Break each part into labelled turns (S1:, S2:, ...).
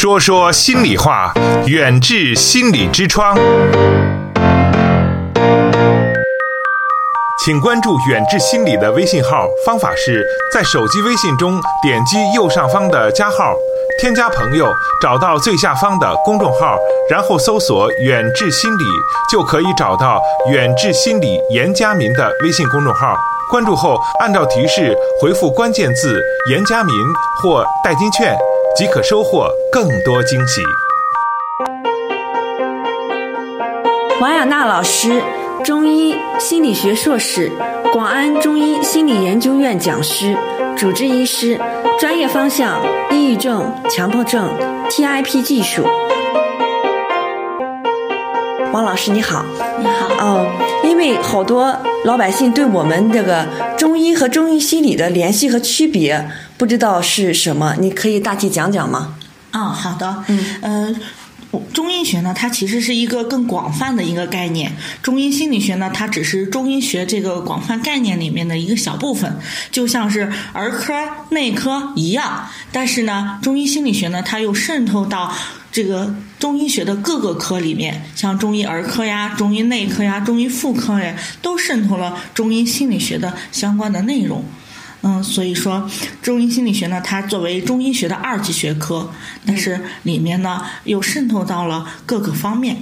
S1: 说说心里话，远至心理之窗。请关注远志心理的微信号，方法是在手机微信中点击右上方的加号，添加朋友，找到最下方的公众号，然后搜索远志心理，就可以找到远志心理严家民的微信公众号。关注后按照提示回复关键字严家民或代金券，即可收获更多惊喜。
S2: 王亚娜老师，中医心理学硕士，广安中医心理研究院讲师，主治医师，专业方向抑郁症、强迫症、TIP 技术。王老师你好。
S3: 你好。
S2: 因为好多老百姓对我们这个中医和中医心理的联系和区别不知道是什么，你可以大体讲讲吗？
S3: 好的。中医学呢，它其实是一个更广泛的一个概念。中医心理学呢，它只是中医学这个广泛概念里面的一个小部分，就像是儿科、内科一样。但是呢，中医心理学呢，它又渗透到这个中医学的各个科里面，像中医儿科呀、中医内科呀、中医妇科呀，都渗透了中医心理学的相关的内容。所以说中医心理学呢，它作为中医学的2级学科，但是里面呢又渗透到了各个方面。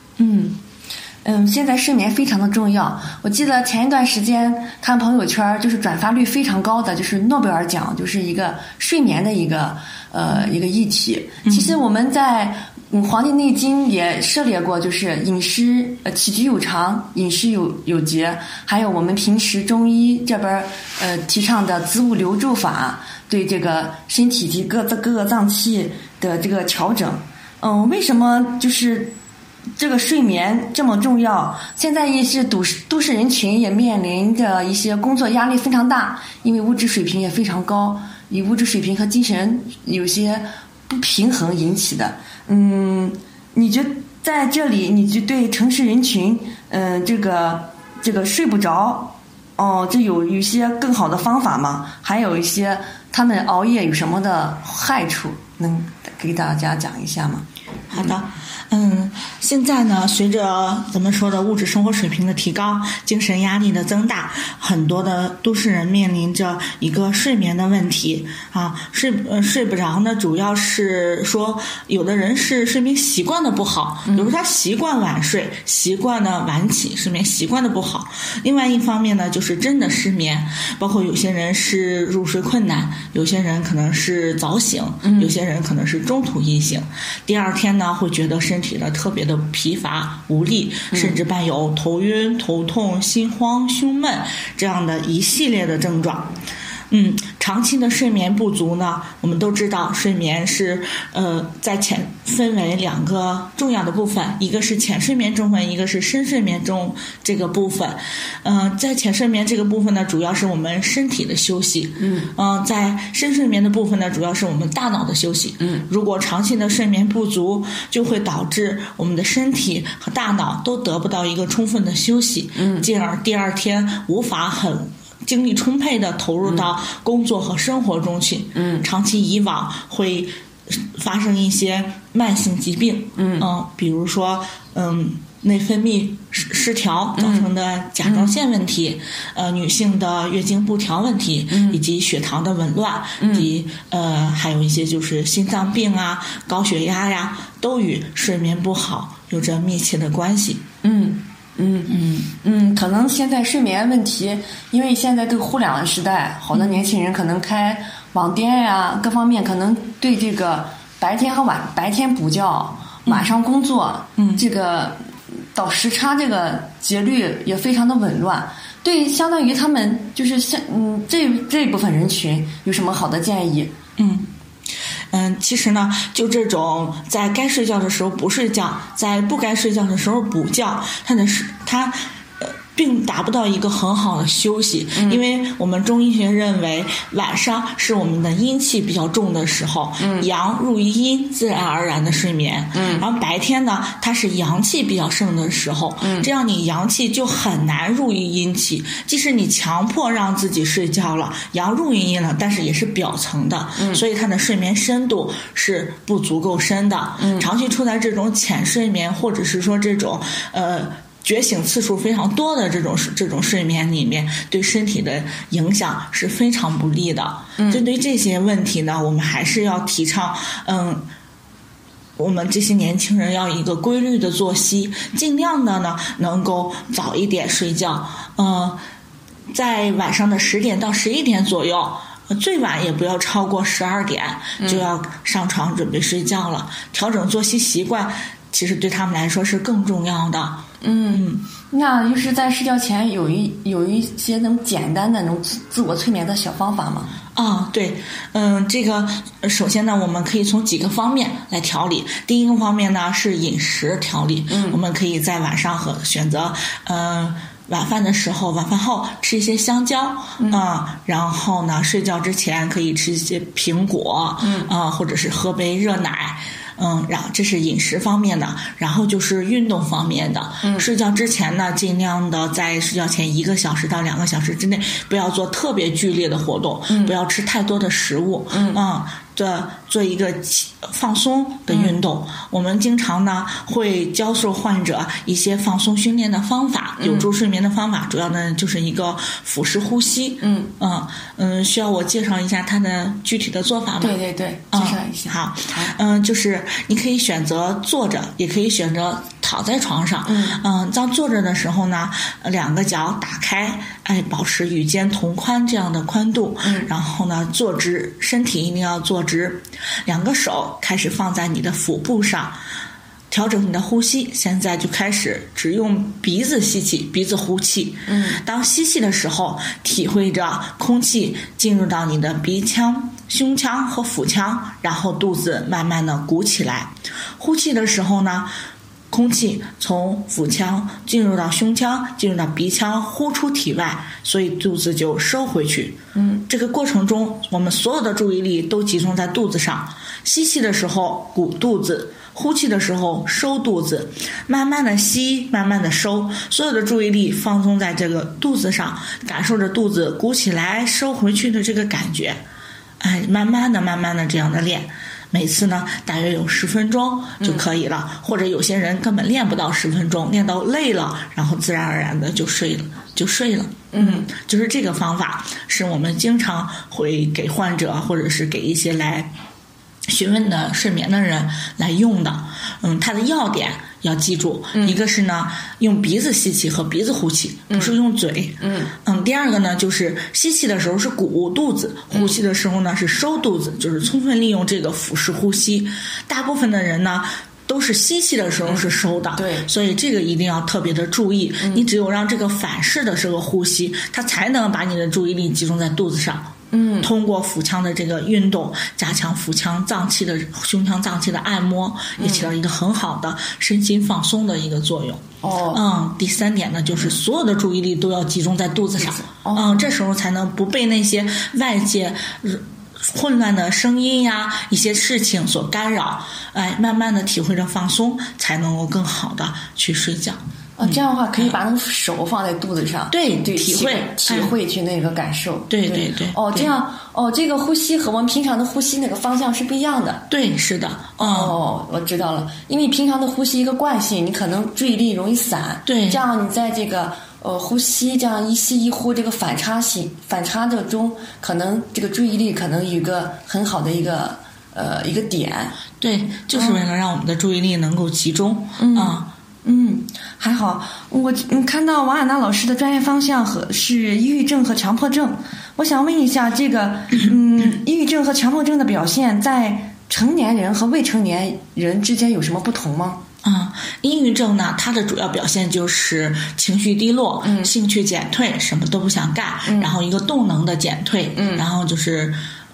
S2: 现在睡眠非常的重要。我记得前一段时间看朋友圈，就是转发率非常高的，就是诺贝尔奖，就是一个睡眠的一个议题。其实我们在黄帝内经也涉猎过，就是饮食起居有常，饮食有节，还有我们平时中医这边提倡的子午流注法，对这个身体及各个脏器的这个调整。为什么就是这个睡眠这么重要？现在也是都市人群也面临着一些工作压力非常大，因为物质水平也非常高，以物质水平和精神有些不平衡引起的。你觉得在这里，你就对城市人群，这个睡不着，这有一些更好的方法吗？还有一些他们熬夜有什么的害处，能给大家讲一下吗？
S3: 好的。现在呢，随着咱们说的物质生活水平的提高，精神压力的增大，很多的都市人面临着一个睡眠的问题啊。睡不着呢，主要是说有的人是睡眠习惯的不好，比如他习惯晚睡，习惯的晚起，睡眠习惯的不好。另外一方面呢，就是真的失眠，包括有些人是入睡困难，有些人可能是早醒，有些人可能是中途一醒，第二天呢会觉得身体呢特别的疲乏无力，甚至伴有头晕、头痛、心慌、胸闷这样的一系列的症状。长期的睡眠不足呢，我们都知道睡眠是在分为2个重要的部分，一个是浅睡眠中分，一个是深睡眠中这个部分。在浅睡眠这个部分呢，主要是我们身体的休息。在深睡眠的部分呢，主要是我们大脑的休息。如果长期的睡眠不足，就会导致我们的身体和大脑都得不到一个充分的休息，进而第二天无法很精力充沛地投入到工作和生活中去。长期以往会发生一些慢性疾病。比如说内分泌失调造成的甲状腺问题，女性的月经不调问题，以及血糖的紊乱，以及还有一些就是心脏病啊、高血压呀，都与睡眠不好有着密切的关系。
S2: 可能现在睡眠问题，因为现在这个互联网时代，好多年轻人可能开网店呀，各方面可能对这个白天补觉，晚上工作，这个倒时差这个节律也非常的紊乱。对，相当于他们就是这一部分人群有什么好的建议？
S3: 其实呢，就这种在该睡觉的时候不睡觉，在不该睡觉的时候补觉，它并达不到一个很好的休息，因为我们中医学认为晚上是我们的阴气比较重的时候，阳入于阴，自然而然的睡眠，然后白天呢它是阳气比较盛的时候，这样你阳气就很难入于阴气，即使你强迫让自己睡觉了，阳入于阴了，但是也是表层的，所以它的睡眠深度是不足够深的，长期处在这种浅睡眠，或者是说这种觉醒次数非常多的这种睡眠里面，对身体的影响是非常不利的。针对这些问题呢，我们还是要提倡我们这些年轻人要一个规律的作息，尽量的呢能够早一点睡觉，在晚上的10点到11点左右，最晚也不要超过12点就要上床准备睡觉了。调整作息习惯其实对他们来说是更重要的。
S2: 那就是在睡觉前有一些那种简单的那种自我催眠的小方法吗？
S3: 对，这个首先呢，我们可以从几个方面来调理。第一个方面呢是饮食调理，我们可以在晚上选择晚饭的时候，晚饭后吃一些香蕉，然后呢睡觉之前可以吃一些苹果，或者是喝杯热奶。然后这是饮食方面的，然后就是运动方面的。睡觉之前呢，尽量的在睡觉前1个小时到2个小时之内，不要做特别剧烈的活动，不要吃太多的食物，做一个放松的运动。我们经常呢会教授患者一些放松训练的方法，有助睡眠的方法，主要呢就是一个腹式呼吸。需要我介绍一下它的具体的做法吗？
S2: 对，介绍一下。
S3: 好，就是你可以选择坐着，也可以选择躺在床上。当坐着的时候呢，2个脚打开，保持与肩同宽这样的宽度，然后呢坐直，身体一定要坐直，2个手开始放在你的腹部上，调整你的呼吸。现在就开始只用鼻子吸气，鼻子呼气。当吸气的时候，体会着空气进入到你的鼻腔、胸腔和腹腔，然后肚子慢慢的鼓起来。呼气的时候呢，空气从腹腔进入到胸腔，进入到鼻腔，呼出体外，所以肚子就收回去。这个过程中，我们所有的注意力都集中在肚子上。吸气的时候鼓肚子，呼气的时候收肚子，慢慢的吸，慢慢的收，所有的注意力放松在这个肚子上，感受着肚子鼓起来收回去的这个感觉。慢慢的这样的练，每次呢大约有10分钟就可以了，或者有些人根本练不到10分钟，练到累了，然后自然而然的就睡了。就是这个方法是我们经常会给患者或者是给一些来询问的睡眠的人来用的。它的要点要记住，一个是呢用鼻子吸气和鼻子呼气，不是用嘴。第二个呢就是吸气的时候是鼓肚子，呼气的时候呢是收肚子，就是充分利用这个腹式呼吸。大部分的人呢都是吸气的时候是收的，
S2: 对，
S3: 所以这个一定要特别的注意。你只有让这个反式的这个呼吸，它才能把你的注意力集中在肚子上。通过腹腔的这个运动，加强腹腔脏器的胸腔脏器的按摩，也起到一个很好的身心放松的一个作用。第3点呢，就是所有的注意力都要集中在肚子上。这时候才能不被那些外界混乱的声音呀，一些事情所干扰。慢慢的体会着放松，才能够更好的去睡觉。
S2: 这样的话可以把那个手放在肚子上，
S3: 对，
S2: 体会去那个感受。
S3: 对。
S2: 这样这个呼吸和我们平常的呼吸那个方向是不一样的。
S3: 对，是的。
S2: 我知道了，因为平常的呼吸一个惯性，你可能注意力容易散。
S3: 对，
S2: 这样你在这个呼吸这样一吸一呼这个反差的中，可能这个注意力可能有一个很好的一个点。
S3: 对，就是为了让我们的注意力能够集中。
S2: 还好，我看到王亚娜老师的专业方向是抑郁症和强迫症，我想问一下，这个抑郁症和强迫症的表现在成年人和未成年人之间有什么不同吗？
S3: 抑郁症呢，它的主要表现就是情绪低落，兴趣减退，什么都不想干，然后一个动能的减退，然后就是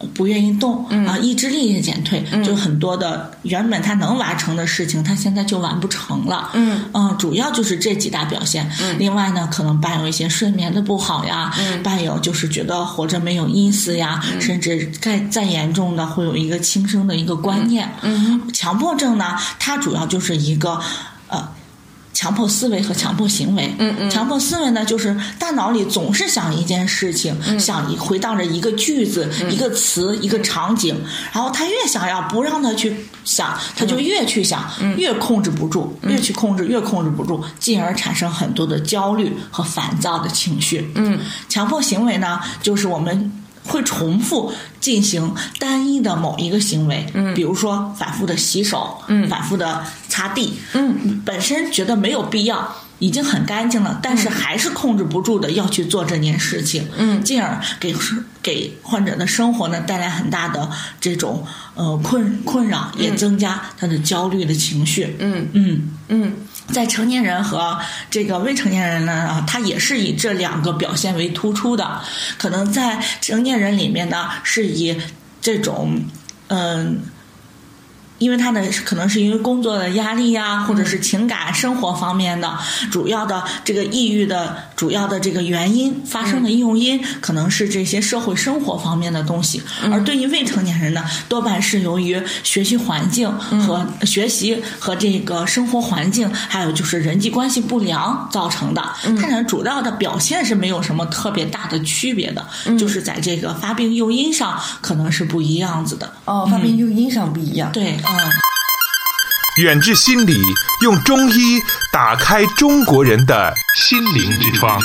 S3: 不愿意动意志力也减退，就很多的原本他能完成的事情，他现在就完不成了。主要就是这几大表现。另外呢，可能伴有一些睡眠的不好呀，伴有就是觉得活着没有意思呀，甚至再严重的会有一个轻生的一个观念。强迫症呢，它主要就是一个强迫思维和强迫行为。强迫思维呢，就是大脑里总是想一件事情，想回到着一个句子、一个词、一个场景，然后他越想要不让他去想，他就越去想，越控制不住，越去控制，越控制不住，进而产生很多的焦虑和烦躁的情绪。强迫行为呢，就是我们会重复进行单一的某一个行为，比如说反复的洗手，反复的擦地，本身觉得没有必要，已经很干净了，但是还是控制不住的要去做这件事情，进而给患者的生活呢带来很大的这种困扰，也增加他的焦虑的情绪。在成年人和这个未成年人呢，他也是以这两个表现为突出的。可能在成年人里面呢，是以这种因为他的可能是因为工作的压力呀，或者是情感生活方面的主要的这个抑郁的主要的这个原因发生的诱因，可能是这些社会生活方面的东西。而对于未成年人呢，多半是由于学习环境和学习和这个生活环境，还有就是人际关系不良造成的。它呢主要的表现是没有什么特别大的区别的，就是在这个发病诱因上可能是不一样子的。
S2: 发病诱因上不一样。
S3: 对。
S1: 远志心理用中医打开中国人的心灵之窗。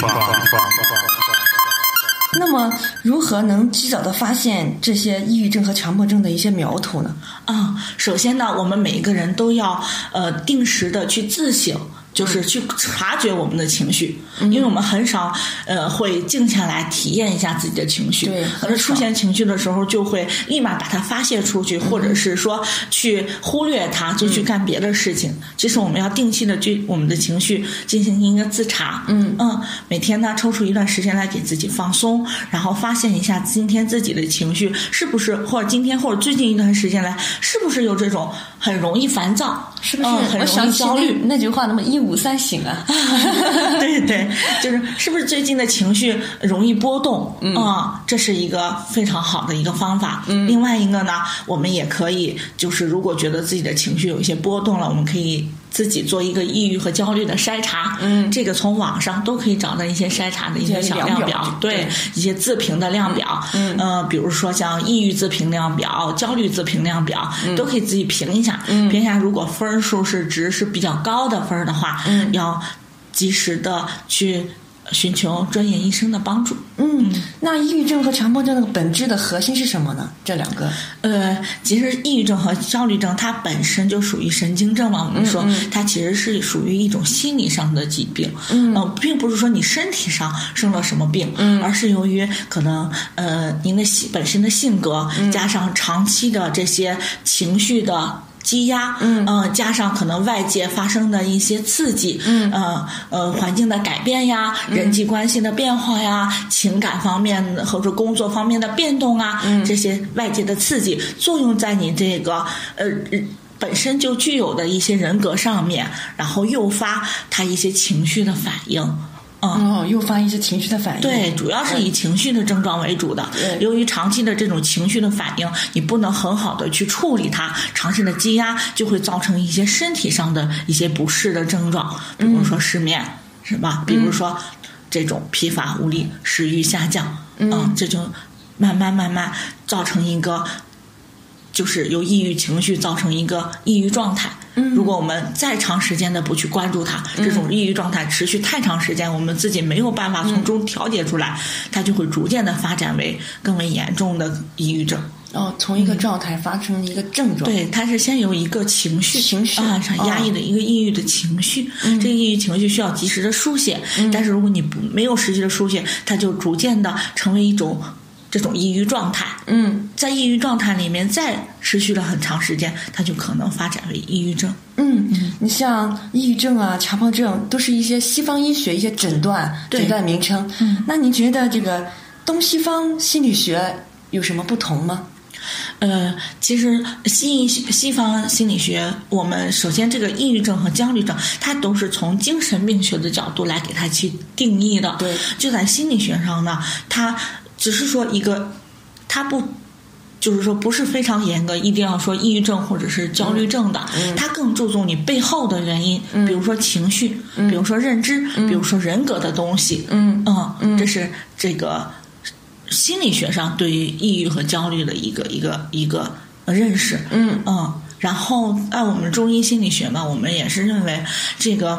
S2: 那么如何能及早的发现这些抑郁症和强迫症的一些苗头呢？
S3: 首先呢，我们每一个人都要定时的去自省，就是去察觉我们的情绪，因为我们很少会静下来体验一下自己的情绪。
S2: 对，
S3: 可能出现情绪的时候就会立马把它发泄出去，或者是说去忽略它，就去干别的事情。其实我们要定期的对我们的情绪进行一个自查。每天呢抽出一段时间来给自己放松，然后发现一下今天自己的情绪是不是，或者今天或者最近一段时间来是不是有这种很容易烦躁，
S2: 是不是
S3: 很容易焦虑？
S2: 那句话，那么153醒啊。
S3: 对，是不是最近的情绪容易波动？这是一个非常好的一个方法。另外一个呢，我们也可以就是如果觉得自己的情绪有一些波动了，我们可以自己做一个抑郁和焦虑的筛查。这个从网上都可以找到一些筛查的一些小量表，对，一些自评的量表。比如说像抑郁自评量表、焦虑自评量表，都可以自己评一下。评一下，如果分数值是比较高的分的话，要及时的去寻求专业医生的帮助。
S2: 那抑郁症和强迫症的本质的核心是什么呢？这两个
S3: 其实抑郁症和焦虑症它本身就属于神经症嘛，我们说它其实是属于一种心理上的疾病。并不是说你身体上生了什么病，而是由于可能您的本身的性格，加上长期的这些情绪的积压，加上可能外界发生的一些刺激，环境的改变呀，人际关系的变化呀，情感方面或者工作方面的变动啊，这些外界的刺激作用在你这个本身就具有的一些人格上面，然后诱发他一些情绪的反应。
S2: 诱发一些情绪的反应。
S3: 对，主要是以情绪的症状为主的。由于长期的这种情绪的反应，你不能很好的去处理它，长期的积压就会造成一些身体上的一些不适的症状，比如说失眠，是吧？比如说这种疲乏无力、食欲下降，这就慢慢造成一个，就是由抑郁情绪造成一个抑郁状态。如果我们再长时间的不去关注它，这种抑郁状态持续太长时间，我们自己没有办法从中调节出来，它就会逐渐的发展为更为严重的抑郁症。
S2: 从一个状态发生一个症状。
S3: 对，它是先有一个情绪很压抑的一个抑郁的情绪，这个抑郁情绪需要及时的书写，但是如果你没有实际的书写，它就逐渐的成为一种这种抑郁状态。在抑郁状态里面再持续了很长时间，它就可能发展为抑郁症。
S2: 你像抑郁症啊、强迫症都是一些西方医学一些诊断名称。那您觉得这个东西方心理学有什么不同吗？
S3: 其实西方心理学，我们首先这个抑郁症和焦虑症，它都是从精神病学的角度来给它去定义的。
S2: 对，
S3: 就在心理学上呢，它只是说一个，它不。就是说，不是非常严格，一定要说抑郁症或者是焦虑症的，它更注重你背后的原因，比如说情绪，比如说认知，比如说人格的东西，这是这个心理学上对于抑郁和焦虑的一个认识，然后按我们中医心理学呢，我们也是认为这个，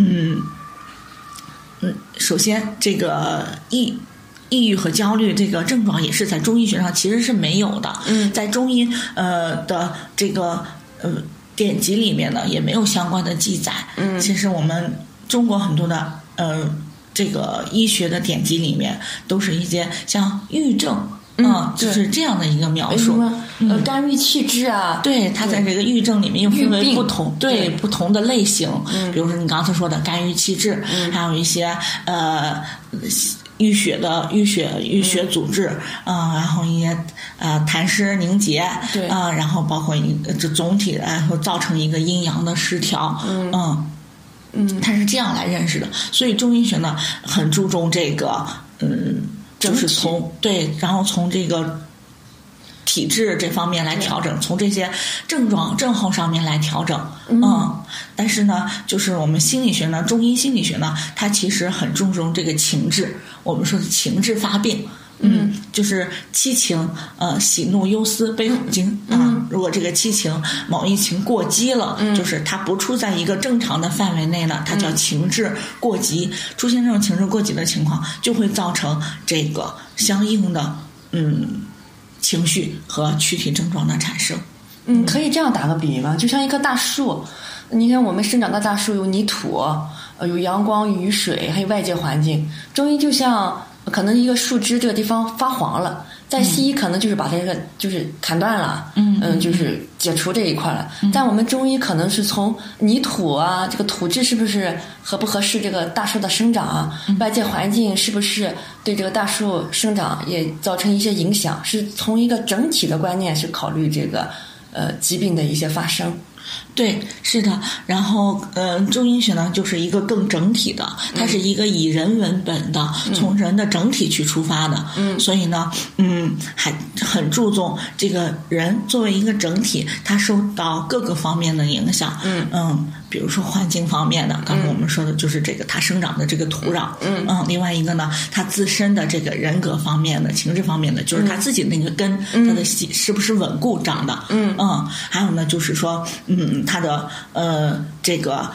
S3: 首先这个抑郁和焦虑这个症状也是在中医学上其实是没有的，在中医的这个典籍里面呢也没有相关的记载。其实我们中国很多的这个医学的典籍里面都是一些像抑郁症。就是这样的一个描述。
S2: 肝郁气滞啊，
S3: 对，它在这个抑郁症里面又分为不同不同的类型。比如说你刚才说的肝郁气滞，还有一些淤血阻滞，然后一些痰湿凝结，
S2: 对，
S3: 然后包括这总体来说造成一个阴阳的失调，它是这样来认识的。所以中医学呢很注重这个，就是然后从这个体质这方面来调整，从这些症候上面来调整。但是呢，就是我们心理学呢，中医心理学呢，它其实很注重这个情志，我们说的情志发病。就是七情，喜怒忧思悲恐惊如果这个七情某一情过激了，就是它不处在一个正常的范围内呢，它叫情志过激。出现这种情志过激的情况，就会造成这个相应的情绪和躯体症状的产生。
S2: 可以这样打个比喻吗？就像一棵大树，你看我们生长的大树有泥土，有阳光、雨水，还有外界环境。中医就像可能一个树枝这个地方发黄了，在西医可能就是把这个就是砍断了，就是解除这一块了。但我们中医可能是从泥土啊，这个土质是不是合不合适这个大树的生长啊，外界环境是不是对这个大树生长也造成一些影响，是从一个整体的观念去考虑这个疾病的一些发生。
S3: 对，是的。然后中医学呢就是一个更整体的，它是一个以人为本的，从人的整体去出发的。所以呢还很注重这个人作为一个整体，他受到各个方面的影响。比如说环境方面的，刚才我们说的就是这个他生长的这个土壤。另外一个呢，他自身的这个人格方面的、情志方面的，就是他自己那个根，他的是不是稳固长的。还有呢，就是说他的这个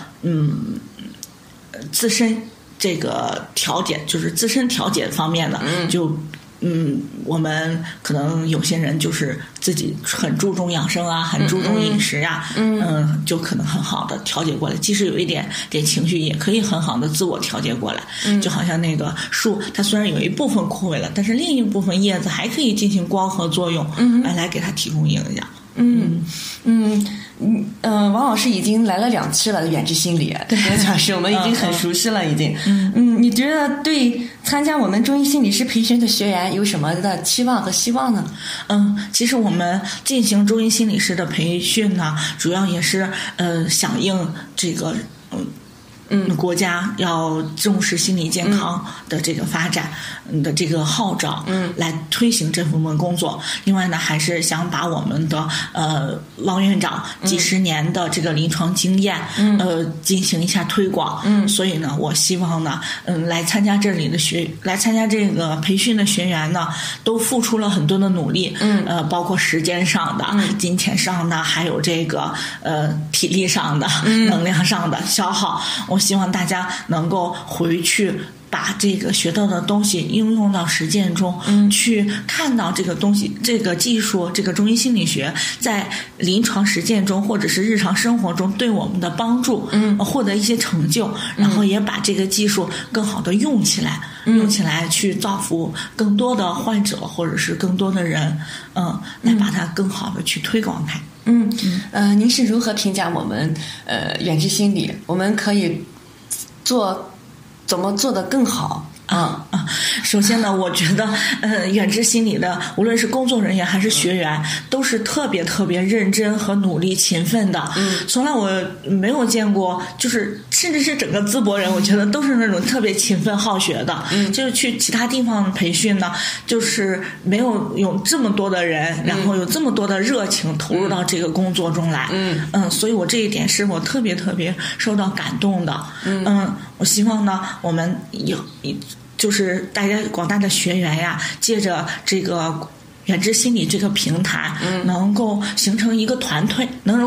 S3: 自身这个调节，就是自身调节方面的，就我们可能有些人就是自己很注重养生啊，很注重饮食呀，就可能很好的调节过来，即使有一点情绪，也可以很好的自我调节过来。就好像那个树，它虽然有一部分枯萎了，但是另一部分叶子还可以进行光合作用，来给它提供营养。
S2: 王老师已经来了2期了，远志心理这个讲师我们已经很熟悉了，已经。你觉得对参加我们中医心理师培训的学员有什么的期望和希望呢？
S3: 其实我们进行中医心理师的培训呢，主要也是响应这个国家要重视心理健康的这个发展的这个号召，来推行这部分工作。另外呢，还是想把我们的王院长几十年的这个临床经验，进行一下推广。所以呢，我希望呢，来参加这个培训的学员呢，都付出了很多的努力，包括时间上的、金钱上的，还有这个体力上的、能量上的消耗。我希望大家能够回去把这个学到的东西应用到实践中，去看到这个东西、这个技术、这个中医心理学在临床实践中或者是日常生活中对我们的帮助，获得一些成就，然后也把这个技术更好的用起来，去造福更多的患者或者是更多的人，来把它更好的去推广开。
S2: 您是如何评价我们远志心理？我们可以怎么做得更好？
S3: 首先呢，我觉得远志心理的无论是工作人员还是学员，都是特别特别认真和努力勤奋的。从来我没有见过，就是甚至是整个淄博人，我觉得都是那种特别勤奋好学的。就是去其他地方培训呢，就是没有这么多的人，然后有这么多的热情投入到这个工作中来。所以我这一点是我特别特别受到感动的。我希望呢，我们就是大家广大的学员呀，借着这个远志心理这个平台，能够形成一个团队，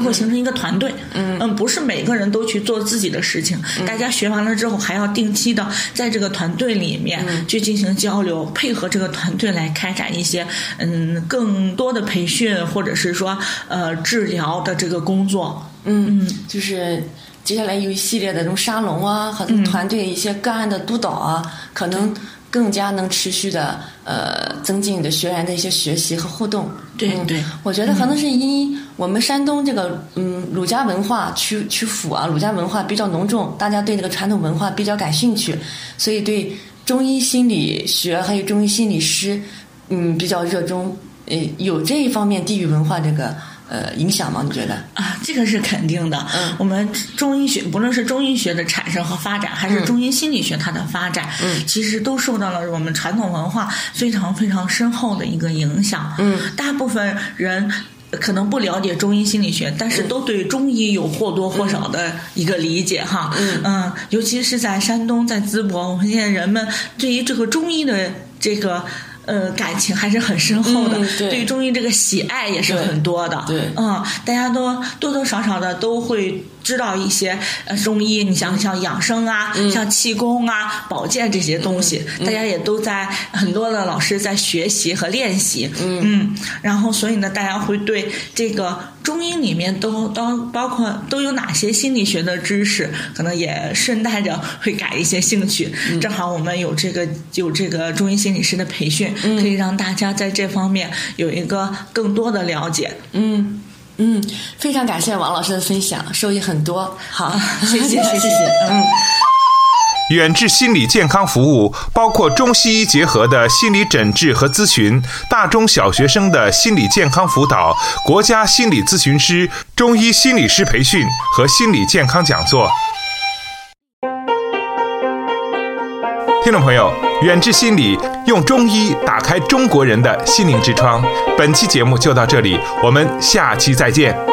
S3: 不是每个人都去做自己的事情，大家学完了之后还要定期的在这个团队里面去进行交流，配合这个团队来开展一些更多的培训，或者是说治疗的这个工作。
S2: 就是接下来有一系列的这种沙龙啊，和团队一些个案的督导啊，可能更加能持续的增进你的学员的一些学习和互动。
S3: 对，
S2: 我觉得可能是因我们山东这个儒家文化曲阜啊，儒家文化比较浓重，大家对这个传统文化比较感兴趣，所以对中医心理学还有中医心理师比较热衷。有这一方面地域文化这个影响吗？你觉得
S3: 这个是肯定的。我们中医学，不论是中医学的产生和发展，还是中医心理学它的发展，其实都受到了我们传统文化非常非常深厚的一个影响。大部分人可能不了解中医心理学，但是都对中医有或多或少的一个理解哈。尤其是在山东，在淄博，我们现在人们对于这个中医的这个感情还是很深厚的，对于中医这个喜爱也是很多的。大家都多多少少的都会知道一些中医，你像养生啊，像气功啊、保健这些东西，大家也都在很多的老师在学习和练习。然后所以呢，大家会对这个中医里面都包括都有哪些心理学的知识，可能也顺带着会感一些兴趣。正好我们有这个中医心理师的培训，可以让大家在这方面有一个更多的了解。
S2: 非常感谢王老师的分享，受益很多。好，
S3: 谢谢。
S1: 远志心理健康服务包括中西医结合的心理诊治和咨询，大中小学生的心理健康辅导，国家心理咨询师、中医心理师培训和心理健康讲座。听众朋友，远志心理用中医打开中国人的心灵之窗。本期节目就到这里，我们下期再见。